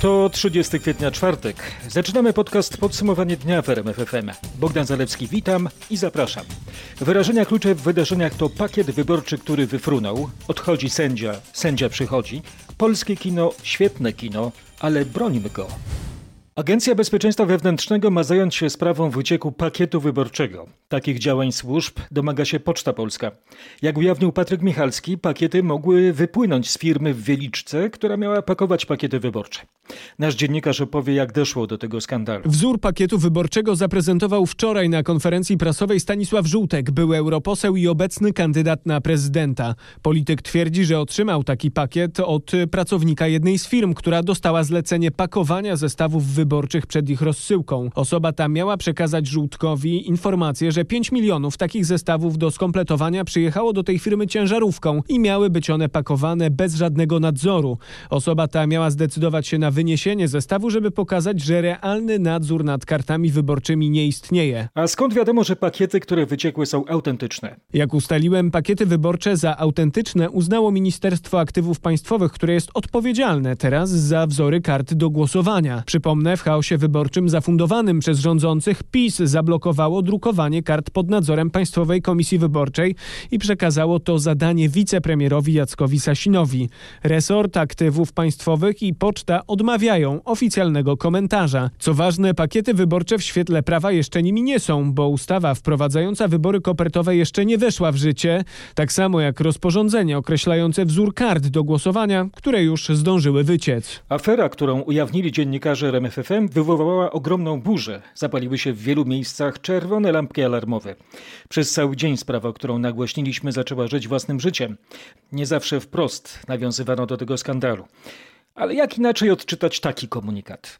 To 30 kwietnia, czwartek. Zaczynamy podcast Podsumowanie dnia w RMF FM. Bogdan Zalewski, witam i zapraszam. Wyrażenia klucze w wydarzeniach to pakiet wyborczy, który wyfrunął, odchodzi sędzia, sędzia przychodzi, polskie kino, świetne kino, ale brońmy go. Agencja Bezpieczeństwa Wewnętrznego ma zająć się sprawą wycieku pakietu wyborczego. Takich działań służb domaga się Poczta Polska. Jak ujawnił Patryk Michalski, pakiety mogły wypłynąć z firmy w Wieliczce, która miała pakować pakiety wyborcze. Nasz dziennikarz opowie, jak doszło do tego skandalu. Wzór pakietu wyborczego zaprezentował wczoraj na konferencji prasowej Stanisław Żółtek, były europoseł i obecny kandydat na prezydenta. Polityk twierdzi, że otrzymał taki pakiet od pracownika jednej z firm, która dostała zlecenie pakowania zestawów wyborczych przed ich rozsyłką. Osoba ta miała przekazać Żółtkowi informację, że 5 milionów takich zestawów do skompletowania przyjechało do tej firmy ciężarówką i miały być one pakowane bez żadnego nadzoru. Osoba ta miała zdecydować się na wyniesienie zestawu, żeby pokazać, że realny nadzór nad kartami wyborczymi nie istnieje. A skąd wiadomo, że pakiety, które wyciekły, są autentyczne? Jak ustaliłem, pakiety wyborcze za autentyczne uznało Ministerstwo Aktywów Państwowych, które jest odpowiedzialne teraz za wzory kart do głosowania. Przypomnę, w chaosie wyborczym zafundowanym przez rządzących PiS zablokowało drukowanie kart pod nadzorem Państwowej Komisji Wyborczej i przekazało to zadanie wicepremierowi Jackowi Sasinowi. Resort Aktywów Państwowych i Poczta odmawiają oficjalnego komentarza. Co ważne, pakiety wyborcze w świetle prawa jeszcze nimi nie są, bo ustawa wprowadzająca wybory kopertowe jeszcze nie weszła w życie, tak samo jak rozporządzenie określające wzór kart do głosowania, które już zdążyły wyciec. Afera, którą ujawnili dziennikarze RMF FM, wywołała ogromną burzę. Zapaliły się w wielu miejscach czerwone lampki alarmowe. Przez cały dzień sprawa, którą nagłośniliśmy, zaczęła żyć własnym życiem. Nie zawsze wprost nawiązywano do tego skandalu. Ale jak inaczej odczytać taki komunikat?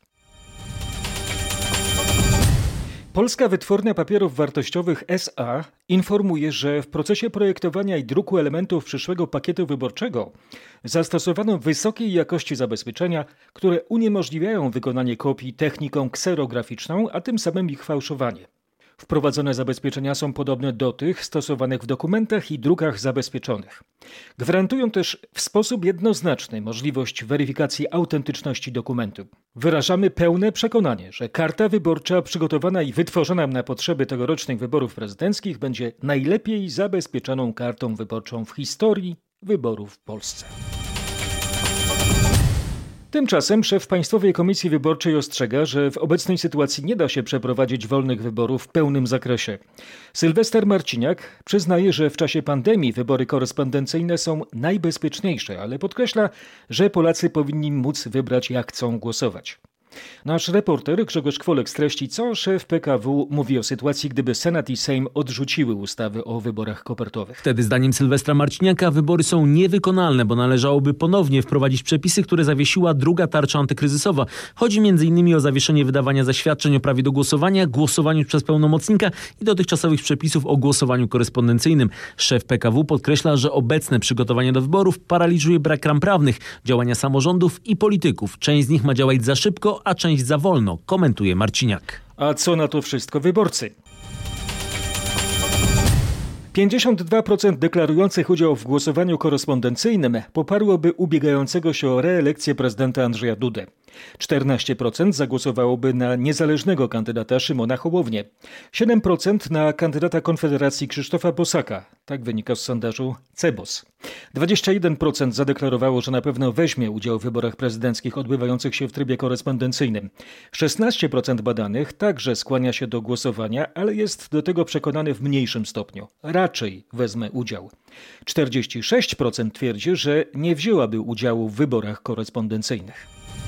Polska Wytwórnia Papierów Wartościowych S.A. informuje, że w procesie projektowania i druku elementów przyszłego pakietu wyborczego zastosowano wysokiej jakości zabezpieczenia, które uniemożliwiają wykonanie kopii techniką kserograficzną, a tym samym ich fałszowanie. Wprowadzone zabezpieczenia są podobne do tych stosowanych w dokumentach i drukach zabezpieczonych. Gwarantują też w sposób jednoznaczny możliwość weryfikacji autentyczności dokumentu. Wyrażamy pełne przekonanie, że karta wyborcza przygotowana i wytworzona na potrzeby tegorocznych wyborów prezydenckich będzie najlepiej zabezpieczoną kartą wyborczą w historii wyborów w Polsce. Tymczasem szef Państwowej Komisji Wyborczej ostrzega, że w obecnej sytuacji nie da się przeprowadzić wolnych wyborów w pełnym zakresie. Sylwester Marciniak przyznaje, że w czasie pandemii wybory korespondencyjne są najbezpieczniejsze, ale podkreśla, że Polacy powinni móc wybrać, jak chcą głosować. Nasz reporter Grzegorz Kwolek streści, co szef PKW mówi o sytuacji, gdyby Senat i Sejm odrzuciły ustawy o wyborach kopertowych. Wtedy zdaniem Sylwestra Marciniaka wybory są niewykonalne, bo należałoby ponownie wprowadzić przepisy, które zawiesiła druga tarcza antykryzysowa. Chodzi m.in. o zawieszenie wydawania zaświadczeń o prawie do głosowania, głosowaniu przez pełnomocnika i dotychczasowych przepisów o głosowaniu korespondencyjnym. Szef PKW podkreśla, że obecne przygotowanie do wyborów paraliżuje brak ram prawnych, działania samorządów i polityków. Część z nich ma działać za szybko, a część za wolno, komentuje Marciniak. A co na to wszystko wyborcy? 52% deklarujących udział w głosowaniu korespondencyjnym poparłoby ubiegającego się o reelekcję prezydenta Andrzeja Dudę. 14% zagłosowałoby na niezależnego kandydata Szymona Hołownię. 7% na kandydata Konfederacji Krzysztofa Bosaka. Tak wynika z sondażu CEBOS. 21% zadeklarowało, że na pewno weźmie udział w wyborach prezydenckich odbywających się w trybie korespondencyjnym. 16% badanych także skłania się do głosowania, ale jest do tego przekonany w mniejszym stopniu. Raczej wezmę udział. 46% twierdzi, że nie wzięłaby udziału w wyborach korespondencyjnych.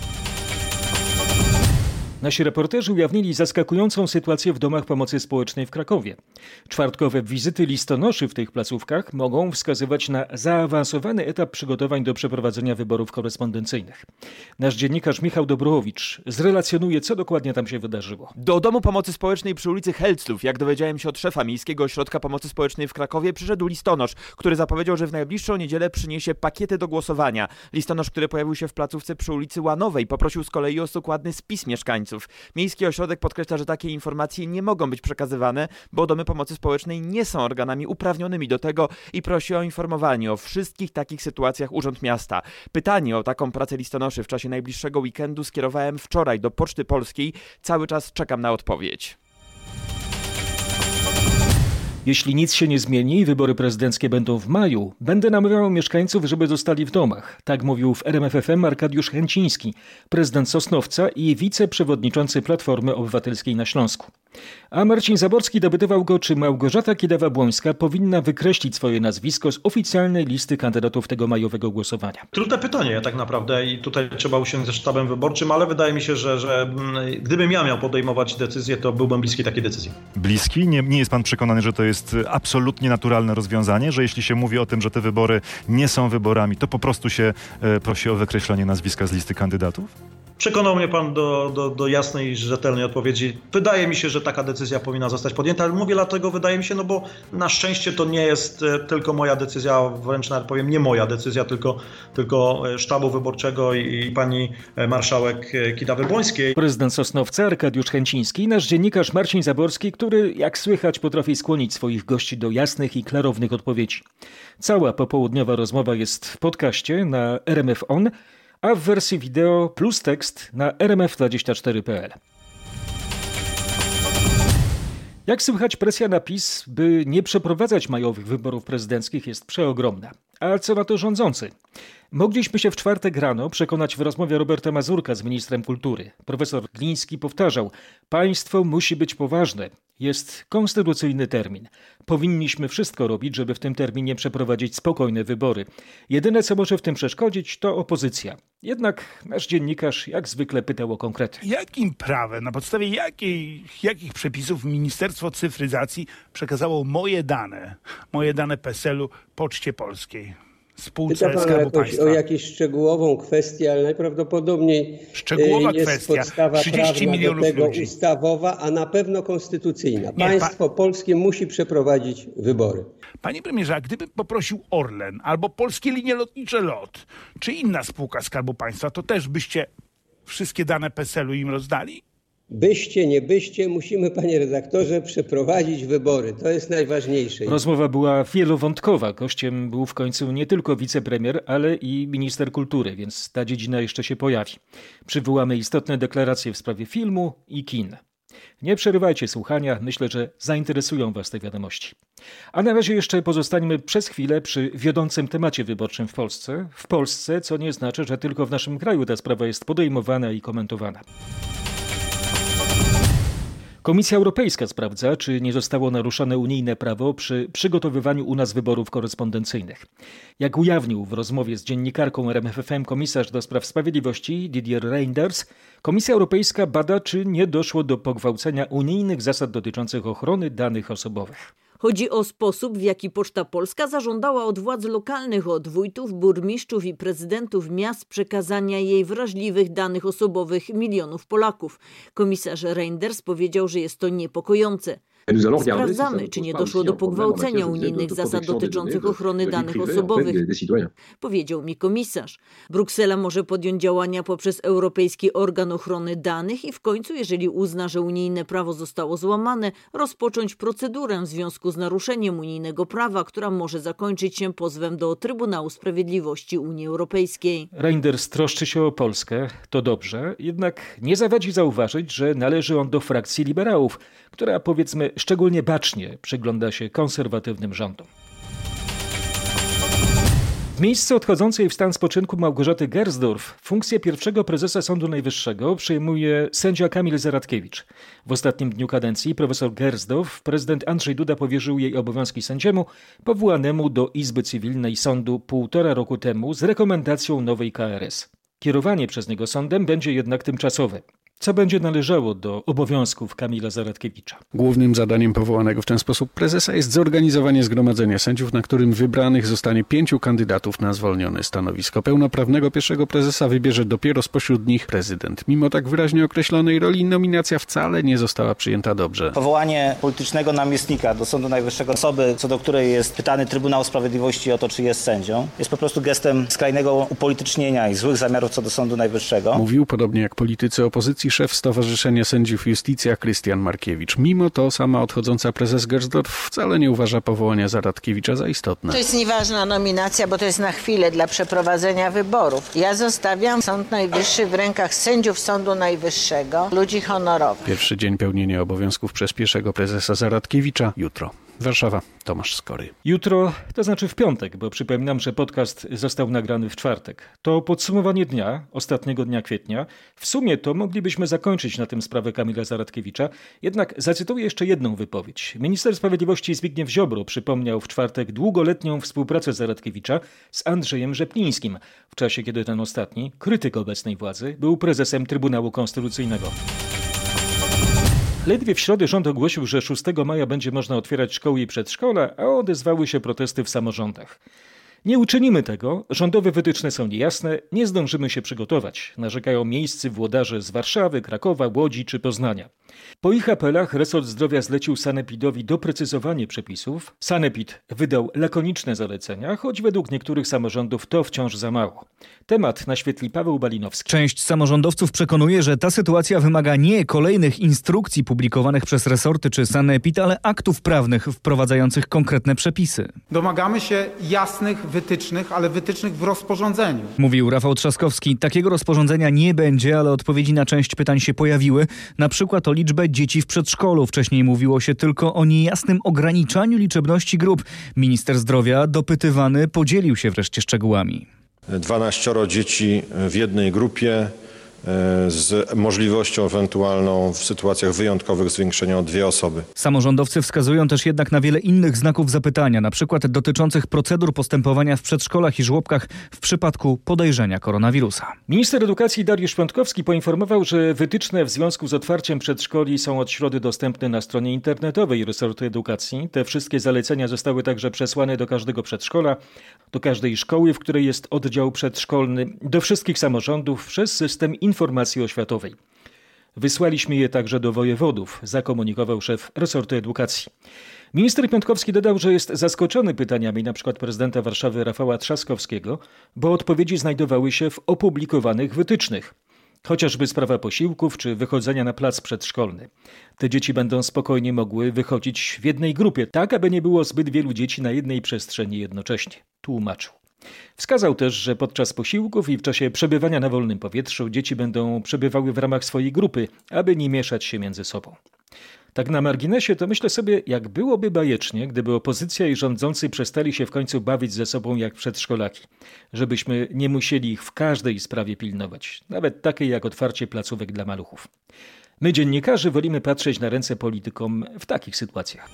Nasi reporterzy ujawnili zaskakującą sytuację w domach pomocy społecznej w Krakowie. Czwartkowe wizyty listonoszy w tych placówkach mogą wskazywać na zaawansowany etap przygotowań do przeprowadzenia wyborów korespondencyjnych. Nasz dziennikarz Michał Dobruchowicz zrelacjonuje, co dokładnie tam się wydarzyło. Do Domu Pomocy Społecznej przy ulicy Helclów, jak dowiedziałem się od szefa Miejskiego Ośrodka Pomocy Społecznej w Krakowie, przyszedł listonosz, który zapowiedział, że w najbliższą niedzielę przyniesie pakiety do głosowania. Listonosz, który pojawił się w placówce przy ulicy Łanowej, poprosił z kolei o dokładny spis mieszkańców. mieszkańców. Miejski ośrodek podkreśla, że takie informacje nie mogą być przekazywane, bo domy pomocy społecznej nie są organami uprawnionymi do tego i prosi o informowanie o wszystkich takich sytuacjach Urząd Miasta. Pytanie o taką pracę listonoszy w czasie najbliższego weekendu skierowałem wczoraj do Poczty Polskiej. Cały czas czekam na odpowiedź. Jeśli nic się nie zmieni i wybory prezydenckie będą w maju, będę namawiał mieszkańców, żeby zostali w domach. Tak mówił w RMF FM Arkadiusz Chęciński, prezydent Sosnowca i wiceprzewodniczący Platformy Obywatelskiej na Śląsku. A Marcin Zaborski dopytywał go, czy Małgorzata Kidawa-Błońska powinna wykreślić swoje nazwisko z oficjalnej listy kandydatów tego majowego głosowania. Trudne pytanie tak naprawdę i tutaj trzeba usiąść ze sztabem wyborczym, ale wydaje mi się, że gdybym ja miał podejmować decyzję, to byłbym bliski takiej decyzji. Bliski? Nie jest pan przekonany, że to jest absolutnie naturalne rozwiązanie, że jeśli się mówi o tym, że te wybory nie są wyborami, to po prostu się prosi o wykreślenie nazwiska z listy kandydatów? Przekonał mnie pan do jasnej i rzetelnej odpowiedzi. Wydaje mi się, że taka decyzja powinna zostać podjęta, ale mówię dlatego wydaje mi się, no bo na szczęście to nie jest tylko moja decyzja, wręcz nawet powiem nie moja decyzja, tylko sztabu wyborczego i pani marszałek Kidawy-Błońskiej. Prezydent Sosnowca Arkadiusz Chęciński, nasz dziennikarz Marcin Zaborski, który jak słychać potrafi skłonić swoich gości do jasnych i klarownych odpowiedzi. Cała popołudniowa rozmowa jest w podcaście na RMF On, a w wersji wideo plus tekst na rmf24.pl. Jak słychać, presja na PiS, by nie przeprowadzać majowych wyborów prezydenckich jest przeogromna. A co na to rządzący? Mogliśmy się w czwartek rano przekonać w rozmowie Roberta Mazurka z ministrem kultury. Profesor Gliński powtarzał, państwo musi być poważne. Jest konstytucyjny termin. Powinniśmy wszystko robić, żeby w tym terminie przeprowadzić spokojne wybory. Jedyne, co może w tym przeszkodzić, to opozycja. Jednak nasz dziennikarz jak zwykle pytał o konkrety. Jakim prawem, na podstawie jakich przepisów Ministerstwo Cyfryzacji przekazało moje dane PESEL-u Poczcie Polskiej? Spółce Skarbu Państwa. O jakąś szczegółową kwestię, ale najprawdopodobniej jest podstawa 30 milionów do tego ludzi. Ustawowa, a na pewno konstytucyjna. Państwo polskie musi przeprowadzić wybory. Panie premierze, a gdyby poprosił Orlen albo Polskie Linie Lotnicze LOT, czy inna spółka Skarbu Państwa, to też byście wszystkie dane PESEL-u im rozdali? Byście, nie byście, musimy, panie redaktorze, przeprowadzić wybory. To jest najważniejsze. Rozmowa była wielowątkowa. Gościem był w końcu nie tylko wicepremier, ale i minister kultury, więc ta dziedzina jeszcze się pojawi. Przywołamy istotne deklaracje w sprawie filmu i kin. Nie przerywajcie słuchania, myślę, że zainteresują was te wiadomości. A na razie jeszcze pozostańmy przez chwilę przy wiodącym temacie wyborczym w Polsce. W Polsce, co nie znaczy, że tylko w naszym kraju ta sprawa jest podejmowana i komentowana. Komisja Europejska sprawdza, czy nie zostało naruszone unijne prawo przy przygotowywaniu u nas wyborów korespondencyjnych. Jak ujawnił w rozmowie z dziennikarką RMF FM komisarz do spraw sprawiedliwości Didier Reynders, Komisja Europejska bada, czy nie doszło do pogwałcenia unijnych zasad dotyczących ochrony danych osobowych. Chodzi o sposób, w jaki Poczta Polska zażądała od władz lokalnych, od wójtów, burmistrzów i prezydentów miast przekazania jej wrażliwych danych osobowych milionów Polaków. Komisarz Reynders powiedział, że jest to niepokojące. Sprawdzamy, czy nie doszło do pogwałcenia unijnych zasad dotyczących ochrony danych osobowych, powiedział mi komisarz. Bruksela może podjąć działania poprzez Europejski Organ Ochrony Danych i w końcu, jeżeli uzna, że unijne prawo zostało złamane, rozpocząć procedurę w związku z naruszeniem unijnego prawa, która może zakończyć się pozwem do Trybunału Sprawiedliwości Unii Europejskiej. Reynders troszczy się o Polskę, to dobrze, jednak nie zawadzi zauważyć, że należy on do frakcji liberałów, która powiedzmy szczególnie bacznie przygląda się konserwatywnym rządom. W miejsce odchodzącej w stan spoczynku Małgorzaty Gersdorf funkcję pierwszego prezesa Sądu Najwyższego przejmuje sędzia Kamil Zaradkiewicz. W ostatnim dniu kadencji profesor Gersdorf prezydent Andrzej Duda powierzył jej obowiązki sędziemu powołanemu do Izby Cywilnej Sądu 1,5 roku temu z rekomendacją nowej KRS. Kierowanie przez niego sądem będzie jednak tymczasowe. Co będzie należało do obowiązków Kamila Zaradkiewicza? Głównym zadaniem powołanego w ten sposób prezesa jest zorganizowanie zgromadzenia sędziów, na którym wybranych zostanie 5 kandydatów na zwolnione stanowisko. Pełnoprawnego pierwszego prezesa wybierze dopiero spośród nich prezydent. Mimo tak wyraźnie określonej roli nominacja wcale nie została przyjęta dobrze. Powołanie politycznego namiestnika do Sądu Najwyższego, osoby, co do której jest pytany Trybunał Sprawiedliwości o to, czy jest sędzią, jest po prostu gestem skrajnego upolitycznienia i złych zamiarów co do Sądu Najwyższego. Mówił, podobnie jak politycy opozycji, szef Stowarzyszenia Sędziów Iustitia Krystian Markiewicz. Mimo to sama odchodząca prezes Gersdorf wcale nie uważa powołania Zaradkiewicza za istotne. To jest nieważna nominacja, bo to jest na chwilę dla przeprowadzenia wyborów. Ja zostawiam Sąd Najwyższy w rękach sędziów Sądu Najwyższego, ludzi honorowych. Pierwszy dzień pełnienia obowiązków przez pierwszego prezesa Zaradkiewicza jutro. Warszawa, Tomasz Skory. Jutro, to znaczy w piątek, bo przypominam, że podcast został nagrany w czwartek. To podsumowanie dnia, ostatniego dnia kwietnia. W sumie to moglibyśmy zakończyć na tym sprawę Kamila Zaradkiewicza, jednak zacytuję jeszcze jedną wypowiedź. Minister Sprawiedliwości Zbigniew Ziobro przypomniał w czwartek długoletnią współpracę Zaradkiewicza z Andrzejem Rzeplińskim, w czasie kiedy ten ostatni, krytyk obecnej władzy, był prezesem Trybunału Konstytucyjnego. Ledwie w środę rząd ogłosił, że 6 maja będzie można otwierać szkoły i przedszkola, a odezwały się protesty w samorządach. Nie uczynimy tego, rządowe wytyczne są niejasne, nie zdążymy się przygotować, narzekają miejscy włodarze z Warszawy, Krakowa, Łodzi czy Poznania. Po ich apelach resort zdrowia zlecił Sanepidowi doprecyzowanie przepisów. Sanepid wydał lakoniczne zalecenia, choć według niektórych samorządów to wciąż za mało. Temat naświetli Paweł Balinowski. Część samorządowców przekonuje, że ta sytuacja wymaga nie kolejnych instrukcji publikowanych przez resorty czy Sanepid, ale aktów prawnych wprowadzających konkretne przepisy. Domagamy się jasnych wytycznych, ale wytycznych w rozporządzeniu. Mówił Rafał Trzaskowski. Takiego rozporządzenia nie będzie, ale odpowiedzi na część pytań się pojawiły. Na przykład o liczbę dzieci w przedszkolu. Wcześniej mówiło się tylko o niejasnym ograniczaniu liczebności grup. Minister zdrowia, dopytywany, podzielił się wreszcie szczegółami. 12 dzieci w jednej grupie z możliwością ewentualną w sytuacjach wyjątkowych zwiększenia o 2 osoby. Samorządowcy wskazują też jednak na wiele innych znaków zapytania, na przykład dotyczących procedur postępowania w przedszkolach i żłobkach w przypadku podejrzenia koronawirusa. Minister edukacji Dariusz Piontkowski poinformował, że wytyczne w związku z otwarciem przedszkoli są od środy dostępne na stronie internetowej resortu edukacji. Te wszystkie zalecenia zostały także przesłane do każdego przedszkola, do każdej szkoły, w której jest oddział przedszkolny, do wszystkich samorządów przez system informacji oświatowej. Wysłaliśmy je także do wojewodów, zakomunikował szef resortu edukacji. Minister Piontkowski dodał, że jest zaskoczony pytaniami np. prezydenta Warszawy Rafała Trzaskowskiego, bo odpowiedzi znajdowały się w opublikowanych wytycznych. Chociażby sprawa posiłków czy wychodzenia na plac przedszkolny. Te dzieci będą spokojnie mogły wychodzić w jednej grupie, tak aby nie było zbyt wielu dzieci na jednej przestrzeni jednocześnie, tłumaczył. Wskazał też, że podczas posiłków i w czasie przebywania na wolnym powietrzu dzieci będą przebywały w ramach swojej grupy, aby nie mieszać się między sobą. Tak na marginesie to myślę sobie, jak byłoby bajecznie, gdyby opozycja i rządzący przestali się w końcu bawić ze sobą jak przedszkolaki. Żebyśmy nie musieli ich w każdej sprawie pilnować, nawet takiej jak otwarcie placówek dla maluchów. My, dziennikarze, wolimy patrzeć na ręce politykom w takich sytuacjach.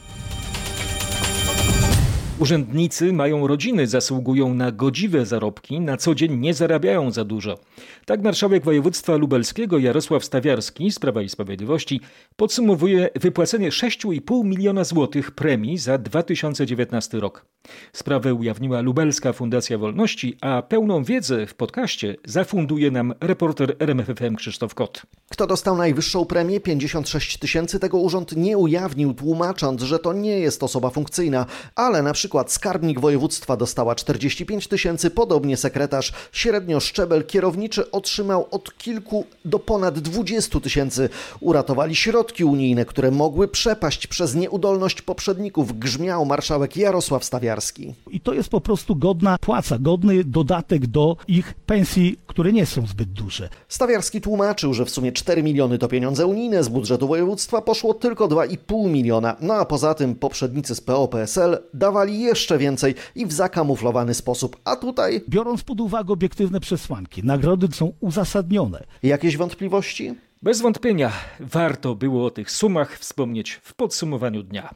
Urzędnicy mają rodziny, zasługują na godziwe zarobki, na co dzień nie zarabiają za dużo. Tak marszałek województwa lubelskiego Jarosław Stawiarski z Prawa i Sprawiedliwości podsumowuje wypłacenie 6,5 miliona złotych premii za 2019 rok. Sprawę ujawniła Lubelska Fundacja Wolności, a pełną wiedzę w podcaście zafunduje nam reporter RMFFM Krzysztof Kot. Kto dostał najwyższą premię? 56 tysięcy. Tego urząd nie ujawnił, tłumacząc, że to nie jest osoba funkcyjna, ale na przykład skarbnik województwa dostała 45 tysięcy, podobnie sekretarz. Średnio szczebel kierowniczy otrzymał od kilku do ponad 20 tysięcy. Uratowali środki unijne, które mogły przepaść przez nieudolność poprzedników, grzmiał marszałek Jarosław Stawiarski. I to jest po prostu godna płaca, godny dodatek do ich pensji, które nie są zbyt duże. Stawiarski tłumaczył, że w sumie 4 miliony to pieniądze unijne, z budżetu województwa poszło tylko 2,5 miliona. No a poza tym poprzednicy z PO-PSL dawali jeszcze więcej i w zakamuflowany sposób. A tutaj... Biorąc pod uwagę obiektywne przesłanki, nagrody są uzasadnione. Jakieś wątpliwości? Bez wątpienia warto było o tych sumach wspomnieć w podsumowaniu dnia.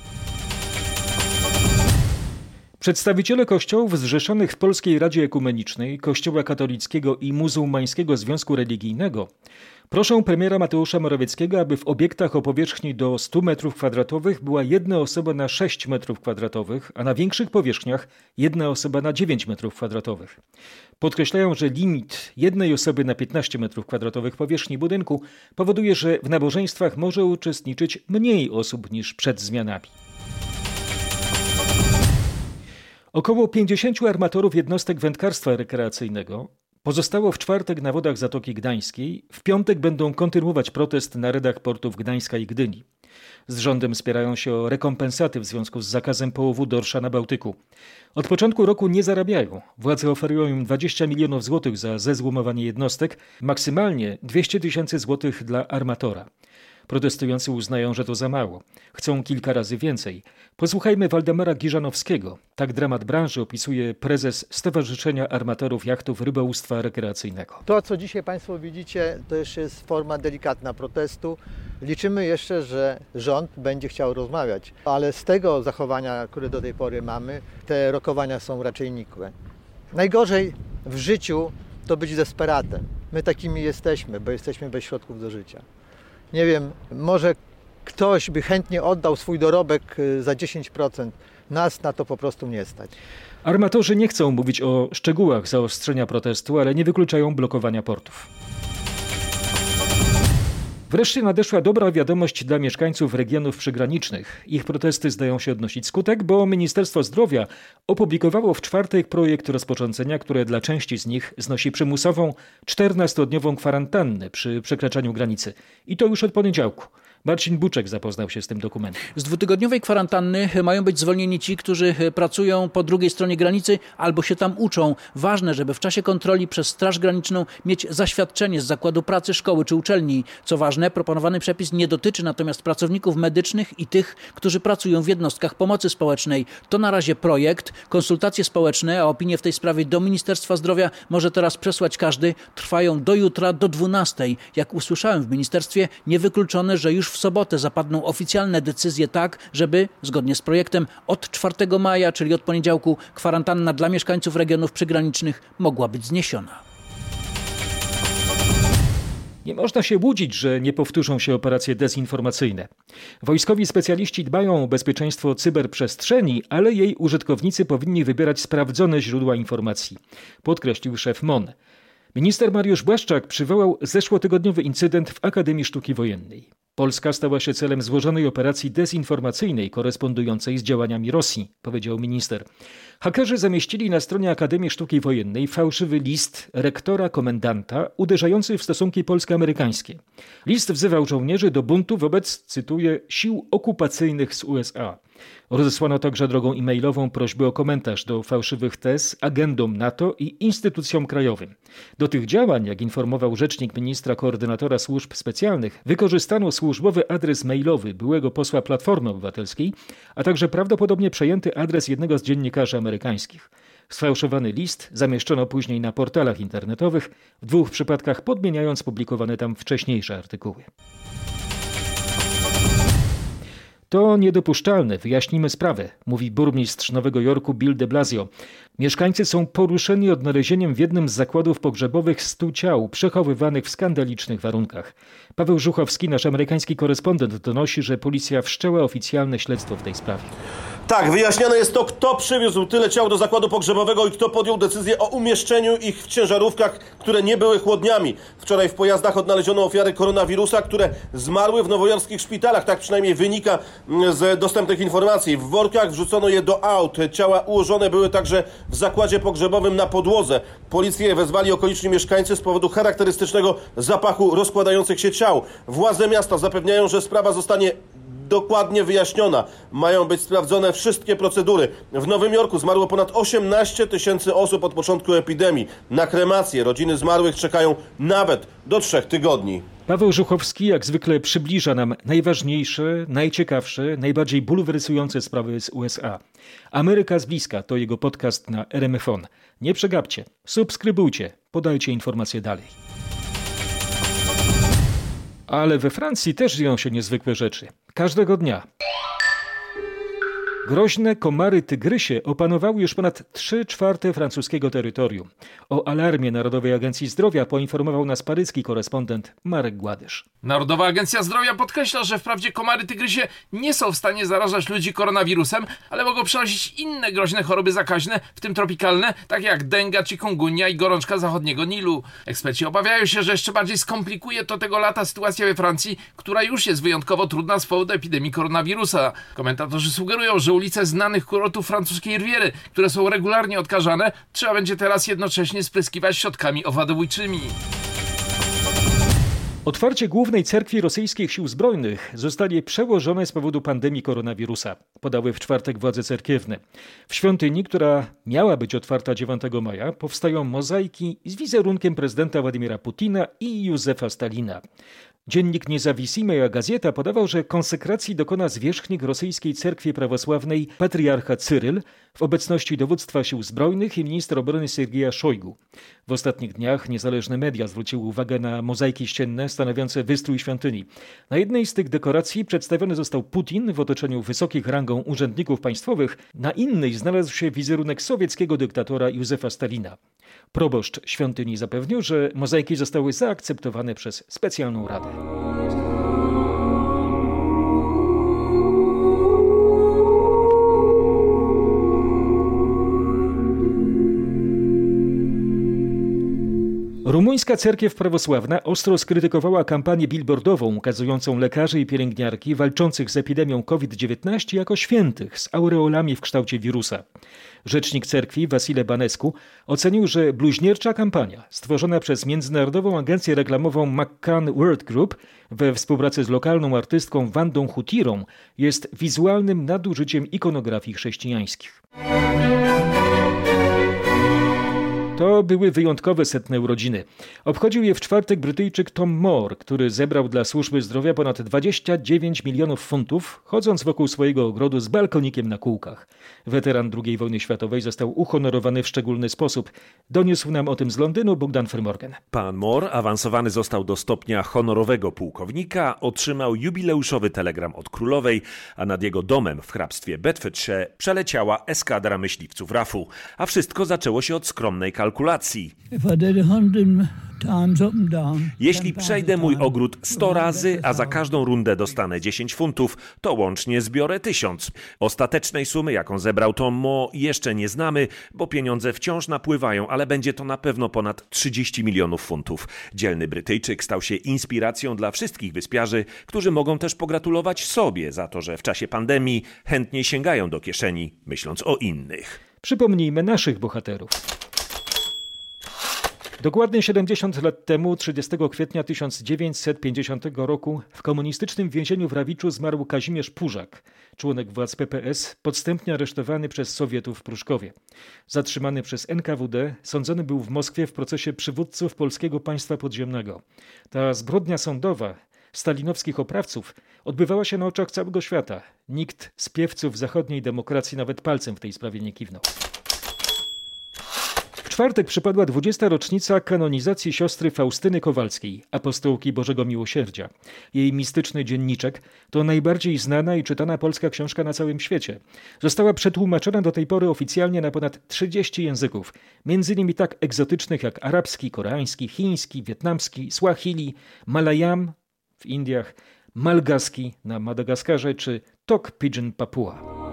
Przedstawiciele kościołów zrzeszonych w Polskiej Radzie Ekumenicznej, Kościoła Katolickiego i Muzułmańskiego Związku Religijnego proszą premiera Mateusza Morawieckiego, aby w obiektach o powierzchni do 100 m2 była jedna osoba na 6 m2, a na większych powierzchniach jedna osoba na 9 m2. Podkreślają, że limit jednej osoby na 15 m2 powierzchni budynku powoduje, że w nabożeństwach może uczestniczyć mniej osób niż przed zmianami. Około 50 armatorów jednostek wędkarstwa rekreacyjnego Pozostało w czwartek na wodach Zatoki Gdańskiej, w piątek będą kontynuować protest na redach portów Gdańska i Gdyni. Z rządem spierają się o rekompensaty w związku z zakazem połowu dorsza na Bałtyku. Od początku roku nie zarabiają. Władze oferują im 20 milionów złotych za zezłomowanie jednostek, maksymalnie 200 tysięcy złotych dla armatora. Protestujący uznają, że to za mało. Chcą kilka razy więcej. Posłuchajmy Waldemara Giżanowskiego. Tak dramat branży opisuje prezes Stowarzyszenia Armatorów Jachtów Rybołówstwa Rekreacyjnego. To, co dzisiaj Państwo widzicie, to jeszcze jest forma delikatna protestu. Liczymy jeszcze, że rząd będzie chciał rozmawiać, ale z tego zachowania, które do tej pory mamy, te rokowania są raczej nikłe. Najgorzej w życiu to być desperatem. My takimi jesteśmy, bo jesteśmy bez środków do życia. Nie wiem, może ktoś by chętnie oddał swój dorobek za 10%. Nas na to po prostu nie stać. Armatorzy nie chcą mówić o szczegółach zaostrzenia protestu, ale nie wykluczają blokowania portów. Wreszcie nadeszła dobra wiadomość dla mieszkańców regionów przygranicznych. Ich protesty zdają się odnosić skutek, bo Ministerstwo Zdrowia opublikowało w czwartek projekt rozporządzenia, które dla części z nich znosi przymusową 14-dniową kwarantannę przy przekraczaniu granicy. I to już od poniedziałku. Marcin Buczek zapoznał się z tym dokumentem. Z 2-tygodniowej kwarantanny mają być zwolnieni ci, którzy pracują po drugiej stronie granicy albo się tam uczą. Ważne, żeby w czasie kontroli przez Straż Graniczną mieć zaświadczenie z zakładu pracy, szkoły czy uczelni. Co ważne, proponowany przepis nie dotyczy natomiast pracowników medycznych i tych, którzy pracują w jednostkach pomocy społecznej. To na razie projekt. Konsultacje społeczne, a opinie w tej sprawie do Ministerstwa Zdrowia może teraz przesłać każdy. Trwają do jutra do 12:00. Jak usłyszałem w ministerstwie, niewykluczone, że już w sobotę zapadną oficjalne decyzje tak, żeby, zgodnie z projektem, od 4 maja, czyli od poniedziałku, kwarantanna dla mieszkańców regionów przygranicznych mogła być zniesiona. Nie można się łudzić, że nie powtórzą się operacje dezinformacyjne. Wojskowi specjaliści dbają o bezpieczeństwo cyberprzestrzeni, ale jej użytkownicy powinni wybierać sprawdzone źródła informacji, podkreślił szef MON. Minister Mariusz Błaszczak przywołał zeszłotygodniowy incydent w Akademii Sztuki Wojennej. Polska stała się celem złożonej operacji dezinformacyjnej korespondującej z działaniami Rosji, powiedział minister. Hakerzy zamieścili na stronie Akademii Sztuki Wojennej fałszywy list rektora komendanta uderzający w stosunki polsko-amerykańskie. List wzywał żołnierzy do buntu wobec, cytuję, sił okupacyjnych z USA. Rozesłano także drogą e-mailową prośby o komentarz do fałszywych tez agendom NATO i instytucjom krajowym. Do tych działań, jak informował rzecznik ministra koordynatora służb specjalnych, wykorzystano służbowy adres mailowy byłego posła Platformy Obywatelskiej, a także prawdopodobnie przejęty adres jednego z dziennikarzy amerykańskich. Sfałszowany list zamieszczono później na portalach internetowych, w 2 przypadkach podmieniając publikowane tam wcześniejsze artykuły. To niedopuszczalne, wyjaśnimy sprawę, mówi burmistrz Nowego Jorku Bill de Blasio. Mieszkańcy są poruszeni odnalezieniem w jednym z zakładów pogrzebowych 100 ciał przechowywanych w skandalicznych warunkach. Paweł Żuchowski, nasz amerykański korespondent, donosi, że policja wszczęła oficjalne śledztwo w tej sprawie. Tak, wyjaśniane jest to, kto przywiózł tyle ciał do zakładu pogrzebowego i kto podjął decyzję o umieszczeniu ich w ciężarówkach, które nie były chłodniami. Wczoraj w pojazdach odnaleziono ofiary koronawirusa, które zmarły w nowojorskich szpitalach. Tak przynajmniej wynika z dostępnych informacji. W workach wrzucono je do aut. Ciała ułożone były także w zakładzie pogrzebowym na podłodze. Policję wezwali okoliczni mieszkańcy z powodu charakterystycznego zapachu rozkładających się ciał. Władze miasta zapewniają, że sprawa zostanie dokładnie wyjaśniona. Mają być sprawdzone wszystkie procedury. W Nowym Jorku zmarło ponad 18 000 osób od początku epidemii. Na kremację rodziny zmarłych czekają nawet do 3 tygodni. Paweł Żuchowski jak zwykle przybliża nam najważniejsze, najciekawsze, najbardziej bulwerysujące sprawy z USA. Ameryka z bliska to jego podcast na RMFON. Nie przegapcie, subskrybujcie, podajcie informacje dalej. Ale we Francji też dzieją się niezwykłe rzeczy. Każdego dnia. Groźne komary tygrysie opanowały już ponad 3/4 francuskiego terytorium. O alarmie Narodowej Agencji Zdrowia poinformował nas paryski korespondent Marek Gładysz. Narodowa Agencja Zdrowia podkreśla, że wprawdzie komary tygrysie nie są w stanie zarażać ludzi koronawirusem, ale mogą przenosić inne groźne choroby zakaźne, w tym tropikalne, takie jak denga, chikungunya i gorączka zachodniego Nilu. Eksperci obawiają się, że jeszcze bardziej skomplikuje to tego lata sytuacja we Francji, która już jest wyjątkowo trudna z powodu epidemii koronawirusa. Komentatorzy sugerują, że że ulice znanych kurortów francuskiej Riviery, które są regularnie odkażane, trzeba będzie teraz jednocześnie spryskiwać środkami owadobójczymi. Otwarcie głównej cerkwi rosyjskich sił zbrojnych zostanie przełożone z powodu pandemii koronawirusa, podały w czwartek władze cerkiewne. W świątyni, która miała być otwarta 9 maja, powstają mozaiki z wizerunkiem prezydenta Władimira Putina i Józefa Stalina. Dziennik Niezawisimoja Gazeta podawał, że konsekracji dokona zwierzchnik rosyjskiej cerkwi prawosławnej patriarcha Cyryl w obecności dowództwa sił zbrojnych i ministra obrony Sergieja Szojgu. W ostatnich dniach niezależne media zwróciły uwagę na mozaiki ścienne stanowiące wystrój świątyni. Na jednej z tych dekoracji przedstawiony został Putin w otoczeniu wysokich rangą urzędników państwowych, na innej znalazł się wizerunek sowieckiego dyktatora Józefa Stalina. Proboszcz świątyni zapewnił, że mozaiki zostały zaakceptowane przez specjalną radę. Rumuńska cerkiew prawosławna ostro skrytykowała kampanię billboardową ukazującą lekarzy i pielęgniarki walczących z epidemią COVID-19 jako świętych z aureolami w kształcie wirusa. Rzecznik cerkwi Vasile Banescu ocenił, że bluźniercza kampania stworzona przez międzynarodową agencję reklamową McCann World Group we współpracy z lokalną artystką Wandą Hutirą jest wizualnym nadużyciem ikonografii chrześcijańskich. To były wyjątkowe 100. urodziny. Obchodził je w czwartek Brytyjczyk Tom Moore, który zebrał dla służby zdrowia ponad 29 milionów funtów, chodząc wokół swojego ogrodu z balkonikiem na kółkach. Weteran II wojny światowej został uhonorowany w szczególny sposób. Doniósł nam o tym z Londynu Bogdan Frymorgan. Pan Moore awansowany został do stopnia honorowego pułkownika, otrzymał jubileuszowy telegram od królowej, a nad jego domem w hrabstwie Bedfordshire przeleciała eskadra myśliwców RAF-u. A wszystko zaczęło się od skromnej kalkulacji. Jeśli przejdę mój ogród 100 razy, a za każdą rundę dostanę 10 funtów, to łącznie zbiorę 1000. Ostatecznej sumy, jaką zebrał Tom Moore, jeszcze nie znamy, bo pieniądze wciąż napływają, ale będzie to na pewno ponad 30 milionów funtów. Dzielny Brytyjczyk stał się inspiracją dla wszystkich wyspiarzy, którzy mogą też pogratulować sobie za to, że w czasie pandemii chętnie sięgają do kieszeni, myśląc o innych. Przypomnijmy naszych bohaterów. Dokładnie 70 lat temu, 30 kwietnia 1950 roku, w komunistycznym więzieniu w Rawiczu zmarł Kazimierz Pużak, członek władz PPS, podstępnie aresztowany przez Sowietów w Pruszkowie. Zatrzymany przez NKWD, sądzony był w Moskwie w procesie przywódców Polskiego Państwa Podziemnego. Ta zbrodnia sądowa stalinowskich oprawców odbywała się na oczach całego świata. Nikt z piewców zachodniej demokracji nawet palcem w tej sprawie nie kiwnął. W czwartek przypadła 20. rocznica kanonizacji siostry Faustyny Kowalskiej, apostołki Bożego Miłosierdzia. Jej mistyczny dzienniczek to najbardziej znana i czytana polska książka na całym świecie. Została przetłumaczona do tej pory oficjalnie na ponad 30 języków, m.in. tak egzotycznych jak arabski, koreański, chiński, wietnamski, swahili, malayam w Indiach, malgaski na Madagaskarze czy tok pidgin Papua.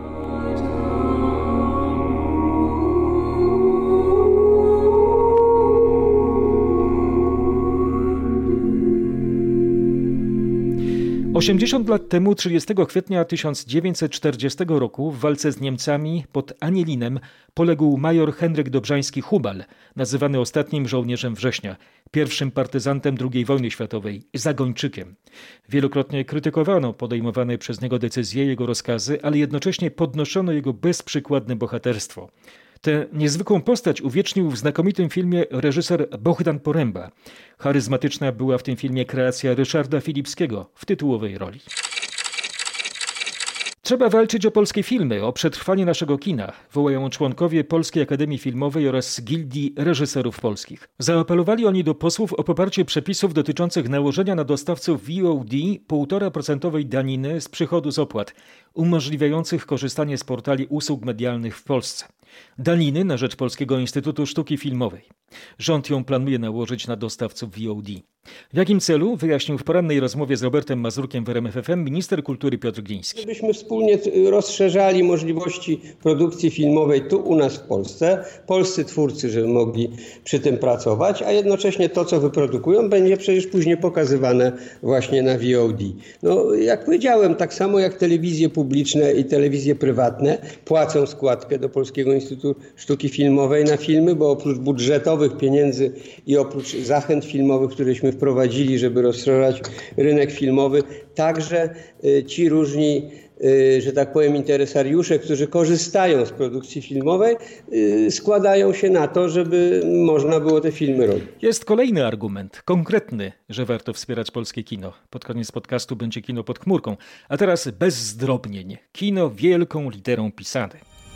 – 80 lat temu, 30 kwietnia 1940 roku, w walce z Niemcami pod Anielinem poległ major Henryk Dobrzański-Hubal, nazywany ostatnim żołnierzem września, pierwszym partyzantem II wojny światowej, zagończykiem. Wielokrotnie krytykowano podejmowane przez niego decyzje, jego rozkazy, ale jednocześnie podnoszono jego bezprzykładne bohaterstwo. Tę niezwykłą postać uwiecznił w znakomitym filmie reżyser Bohdan Poręba. Charyzmatyczna była w tym filmie kreacja Ryszarda Filipskiego w tytułowej roli. Trzeba walczyć o polskie filmy, o przetrwanie naszego kina, wołają członkowie Polskiej Akademii Filmowej oraz Gildii Reżyserów Polskich. Zaapelowali oni do posłów o poparcie przepisów dotyczących nałożenia na dostawców VOD 1,5% daniny z przychodu z opłat, umożliwiających korzystanie z portali usług medialnych w Polsce. Daniny na rzecz Polskiego Instytutu Sztuki Filmowej. Rząd ją planuje nałożyć na dostawców VOD. W jakim celu, wyjaśnił w porannej rozmowie z Robertem Mazurkiem w RMF FM minister kultury Piotr Gliński. Żebyśmy wspólnie rozszerzali możliwości produkcji filmowej tu u nas w Polsce, polscy twórcy, żeby mogli przy tym pracować, a jednocześnie to, co wyprodukują, będzie przecież później pokazywane właśnie na VOD. No, jak powiedziałem, tak samo jak telewizje publiczne i telewizje prywatne płacą składkę do Polskiego Instytutu Sztuki Filmowej na filmy, bo oprócz budżetowych pieniędzy i oprócz zachęt filmowych, któreśmy wprowadzili, żeby rozszerzać rynek filmowy, także ci różni, że tak powiem, interesariusze, którzy korzystają z produkcji filmowej, składają się na to, żeby można było te filmy robić. Jest kolejny argument, konkretny, że warto wspierać polskie kino. Pod koniec podcastu będzie kino pod chmurką, a teraz bez zdrobnień. Kino wielką literą pisane.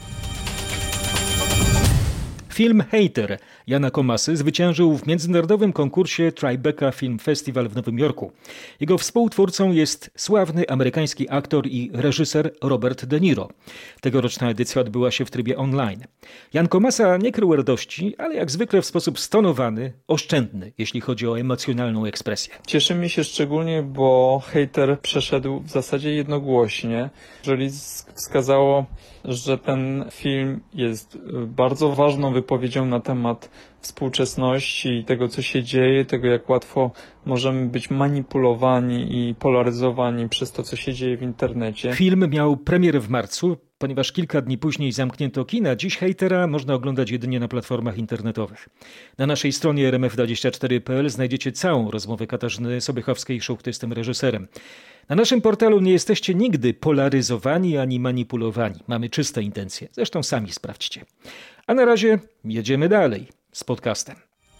Film Hater Jana Komasy zwyciężył w międzynarodowym konkursie Tribeca Film Festival w Nowym Jorku. Jego współtwórcą jest sławny amerykański aktor i reżyser Robert De Niro. Tegoroczna edycja odbyła się w trybie online. Jan Komasa nie krył radości, ale jak zwykle w sposób stonowany, oszczędny, jeśli chodzi o emocjonalną ekspresję. Cieszy mnie się szczególnie, bo Hater przeszedł w zasadzie jednogłośnie. Jeżeli wskazało, że ten film jest bardzo ważną wypowiedzią na temat współczesności i tego, co się dzieje, tego, jak łatwo możemy być manipulowani i polaryzowani przez to, co się dzieje w internecie. Film miał premierę w marcu, ponieważ kilka dni później zamknięto kina. Dziś Hejtera można oglądać jedynie na platformach internetowych. Na naszej stronie rmf24.pl znajdziecie całą rozmowę Katarzyny Sobiechowskiej-Szuchty z tym reżyserem. Na naszym portalu nie jesteście nigdy polaryzowani ani manipulowani. Mamy czyste intencje. Zresztą sami sprawdźcie. A na razie jedziemy dalej z podcastem.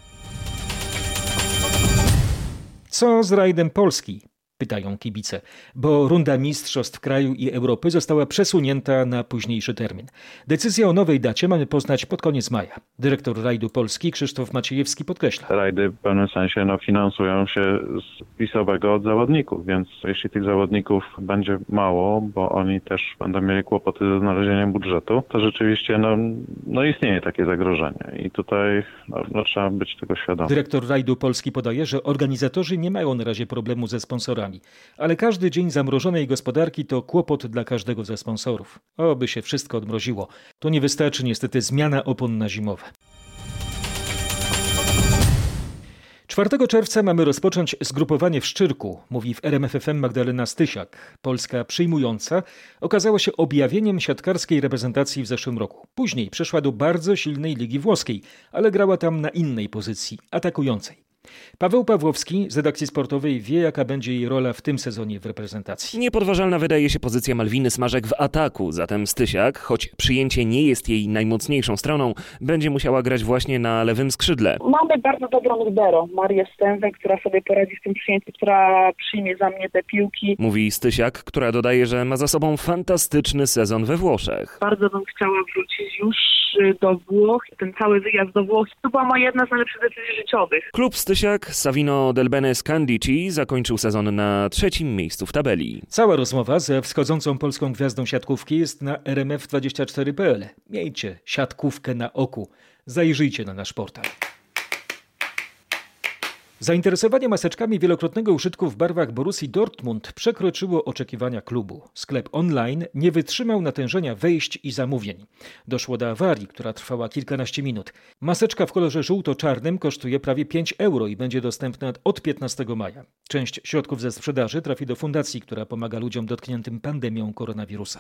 Co z rajdem Polski? Pytają kibice, bo runda mistrzostw kraju i Europy została przesunięta na późniejszy termin. Decyzję o nowej dacie mamy poznać pod koniec maja. Dyrektor Rajdu Polski Krzysztof Maciejewski podkreśla. Rajdy w pewnym sensie finansują się z wpisowego od zawodników, więc jeśli tych zawodników będzie mało, bo oni też będą mieli kłopoty ze znalezieniem budżetu, to rzeczywiście istnieje takie zagrożenie i tutaj trzeba być tego świadomym. Dyrektor Rajdu Polski podaje, że organizatorzy nie mają na razie problemu ze sponsorami. Ale każdy dzień zamrożonej gospodarki to kłopot dla każdego ze sponsorów. Oby się wszystko odmroziło. To nie wystarczy niestety zmiana opon na zimowe. 4 czerwca mamy rozpocząć zgrupowanie w Szczyrku, mówi w RMF FM Magdalena Stysiak. Polska przyjmująca okazała się objawieniem siatkarskiej reprezentacji w zeszłym roku. Później przeszła do bardzo silnej ligi włoskiej, ale grała tam na innej pozycji, atakującej. Paweł Pawłowski z redakcji sportowej wie, jaka będzie jej rola w tym sezonie w reprezentacji. Niepodważalna wydaje się pozycja Malwiny Smażek w ataku, zatem Stysiak, choć przyjęcie nie jest jej najmocniejszą stroną, będzie musiała grać właśnie na lewym skrzydle. Mamy bardzo dobrą libero, Marię Stęwę, która sobie poradzi w tym przyjęciu, która przyjmie za mnie te piłki. Mówi Stysiak, która dodaje, że ma za sobą fantastyczny sezon we Włoszech. Bardzo bym chciała wrócić już do Włoch. Ten cały wyjazd do Włoch to była moja jedna z najlepszych decyzji życiowych. Klub Stysiak Savino del Bene Scandici zakończył sezon na 3. miejscu w tabeli. Cała rozmowa ze wschodzącą polską gwiazdą siatkówki jest na rmf24.pl. Miejcie siatkówkę na oku. Zajrzyjcie na nasz portal. Zainteresowanie maseczkami wielokrotnego użytku w barwach Borussii Dortmund przekroczyło oczekiwania klubu. Sklep online nie wytrzymał natężenia wejść i zamówień. Doszło do awarii, która trwała kilkanaście minut. Maseczka w kolorze żółto-czarnym kosztuje prawie 5 euro i będzie dostępna od 15 maja. Część środków ze sprzedaży trafi do fundacji, która pomaga ludziom dotkniętym pandemią koronawirusa.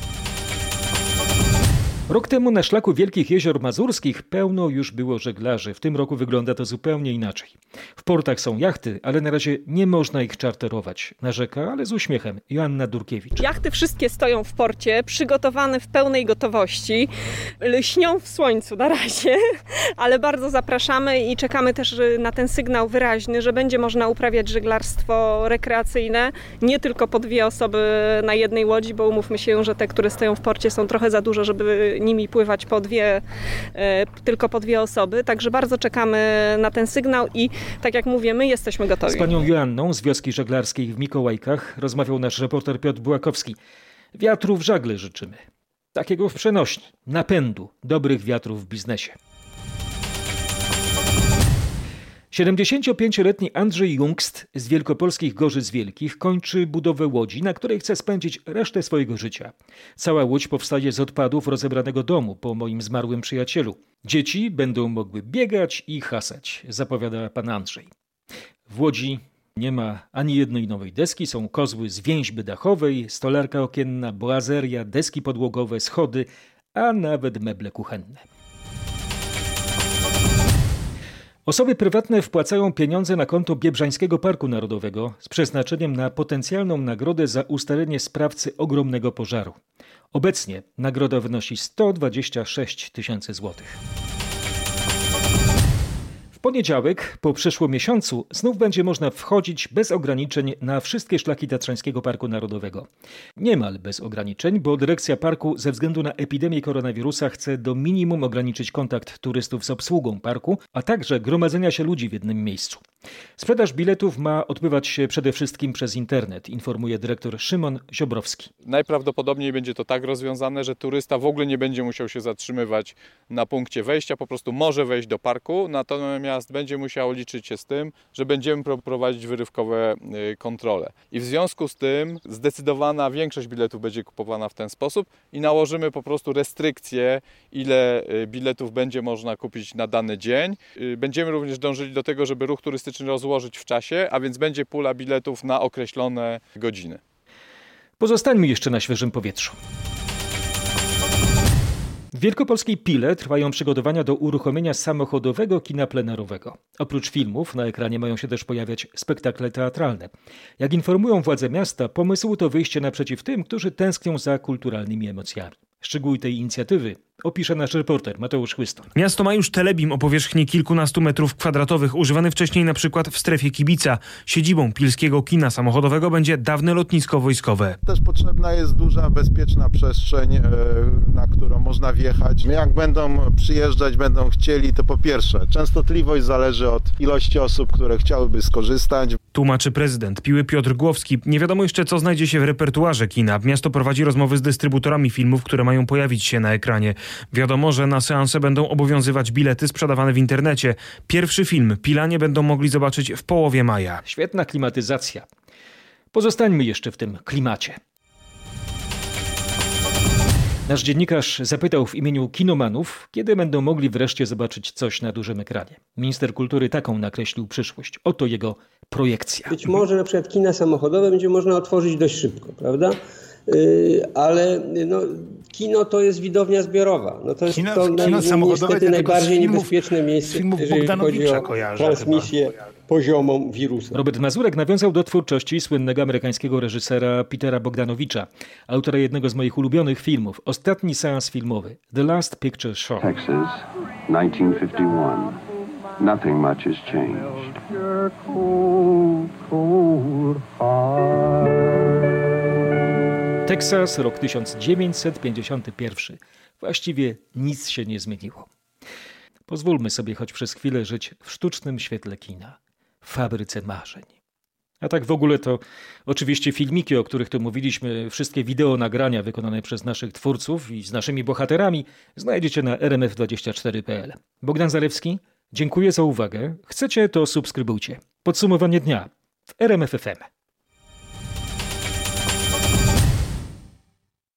Rok temu na szlaku Wielkich Jezior Mazurskich pełno już było żeglarzy. W tym roku wygląda to zupełnie inaczej. W portach są jachty, ale na razie nie można ich czarterować. Narzeka, ale z uśmiechem, Joanna Durkiewicz. Jachty wszystkie stoją w porcie, przygotowane w pełnej gotowości. Lśnią w słońcu na razie, ale bardzo zapraszamy i czekamy też na ten sygnał wyraźny, że będzie można uprawiać żeglarstwo rekreacyjne. Nie tylko po 2 osoby na jednej łodzi, bo umówmy się, że te, które stoją w porcie, są trochę za dużo, żeby nimi pływać tylko po 2 osoby. Także bardzo czekamy na ten sygnał i tak jak mówię, my jesteśmy gotowi. Z panią Joanną z wioski żeglarskiej w Mikołajkach rozmawiał nasz reporter Piotr Bułakowski. Wiatru w żagle życzymy. Takiego w przenośni, napędu, dobrych wiatrów w biznesie. 75-letni Andrzej Jungst z wielkopolskich Gorzyc Wielkich kończy budowę łodzi, na której chce spędzić resztę swojego życia. Cała łódź powstaje z odpadów rozebranego domu po moim zmarłym przyjacielu. Dzieci będą mogły biegać i hasać, zapowiada pan Andrzej. W Łodzi nie ma ani jednej nowej deski, są kozły z więźby dachowej, stolarka okienna, boazeria, deski podłogowe, schody, a nawet meble kuchenne. Osoby prywatne wpłacają pieniądze na konto Biebrzańskiego Parku Narodowego z przeznaczeniem na potencjalną nagrodę za ustalenie sprawcy ogromnego pożaru. Obecnie nagroda wynosi 126 000 złotych. W poniedziałek, po przyszłym miesiącu, znów będzie można wchodzić bez ograniczeń na wszystkie szlaki Tatrzańskiego Parku Narodowego. Niemal bez ograniczeń, bo dyrekcja parku ze względu na epidemię koronawirusa chce do minimum ograniczyć kontakt turystów z obsługą parku, a także gromadzenia się ludzi w jednym miejscu. Sprzedaż biletów ma odbywać się przede wszystkim przez internet, informuje dyrektor Szymon Ziobrowski. Najprawdopodobniej będzie to tak rozwiązane, że turysta w ogóle nie będzie musiał się zatrzymywać na punkcie wejścia, po prostu może wejść do parku, natomiast będzie musiał liczyć się z tym, że będziemy prowadzić wyrywkowe kontrole. I w związku z tym zdecydowana większość biletów będzie kupowana w ten sposób i nałożymy po prostu restrykcje, ile biletów będzie można kupić na dany dzień. Będziemy również dążyli do tego, żeby ruch turystyczny rozłożyć w czasie, a więc będzie pula biletów na określone godziny. Pozostańmy jeszcze na świeżym powietrzu. W wielkopolskiej Pile trwają przygotowania do uruchomienia samochodowego kina plenerowego. Oprócz filmów na ekranie mają się też pojawiać spektakle teatralne. Jak informują władze miasta, pomysł to wyjście naprzeciw tym, którzy tęsknią za kulturalnymi emocjami. Szczegóły tej inicjatywy opisze nasz reporter Mateusz Chłyston. Miasto ma już telebim o powierzchni kilkunastu metrów kwadratowych, używany wcześniej na przykład w strefie Kibica. Siedzibą pilskiego kina samochodowego będzie dawne lotnisko wojskowe. Też potrzebna jest duża, bezpieczna przestrzeń, na którą można wjechać. Jak będą przyjeżdżać, będą chcieli, to po pierwsze, częstotliwość zależy od ilości osób, które chciałyby skorzystać. Tłumaczy prezydent Piły Piotr Głowski. Nie wiadomo jeszcze, co znajdzie się w repertuarze kina. Miasto prowadzi rozmowy z dystrybutorami filmów, które mają pojawić się na ekranie. Wiadomo, że na seanse będą obowiązywać bilety sprzedawane w internecie. Pierwszy film Pilanie będą mogli zobaczyć w połowie maja. Świetna klimatyzacja. Pozostańmy jeszcze w tym klimacie. Nasz dziennikarz zapytał w imieniu kinomanów, kiedy będą mogli wreszcie zobaczyć coś na dużym ekranie. Minister kultury taką nakreślił przyszłość. Oto jego projekcja. Być może na przykład kina samochodowe będzie można otworzyć dość szybko, prawda? Ale kino to jest widownia zbiorowa. To jest kino samochodowe niestety najbardziej niebezpieczne miejsce, jeżeli chodzi o transmisję poziomą wirusa. Robert Mazurek nawiązał do twórczości słynnego amerykańskiego reżysera Petera Bogdanowicza, autora jednego z moich ulubionych filmów, Ostatni seans filmowy, The Last Picture Show. Texas, 1951. Nothing much has changed. Teksas, rok 1951. Właściwie nic się nie zmieniło. Pozwólmy sobie choć przez chwilę żyć w sztucznym świetle kina, w fabryce marzeń. A tak w ogóle to oczywiście filmiki, o których tu mówiliśmy, wszystkie wideo nagrania wykonane przez naszych twórców i z naszymi bohaterami znajdziecie na rmf24.pl. Bogdan Zalewski, dziękuję za uwagę. Chcecie, to subskrybujcie. Podsumowanie dnia w RMF FM.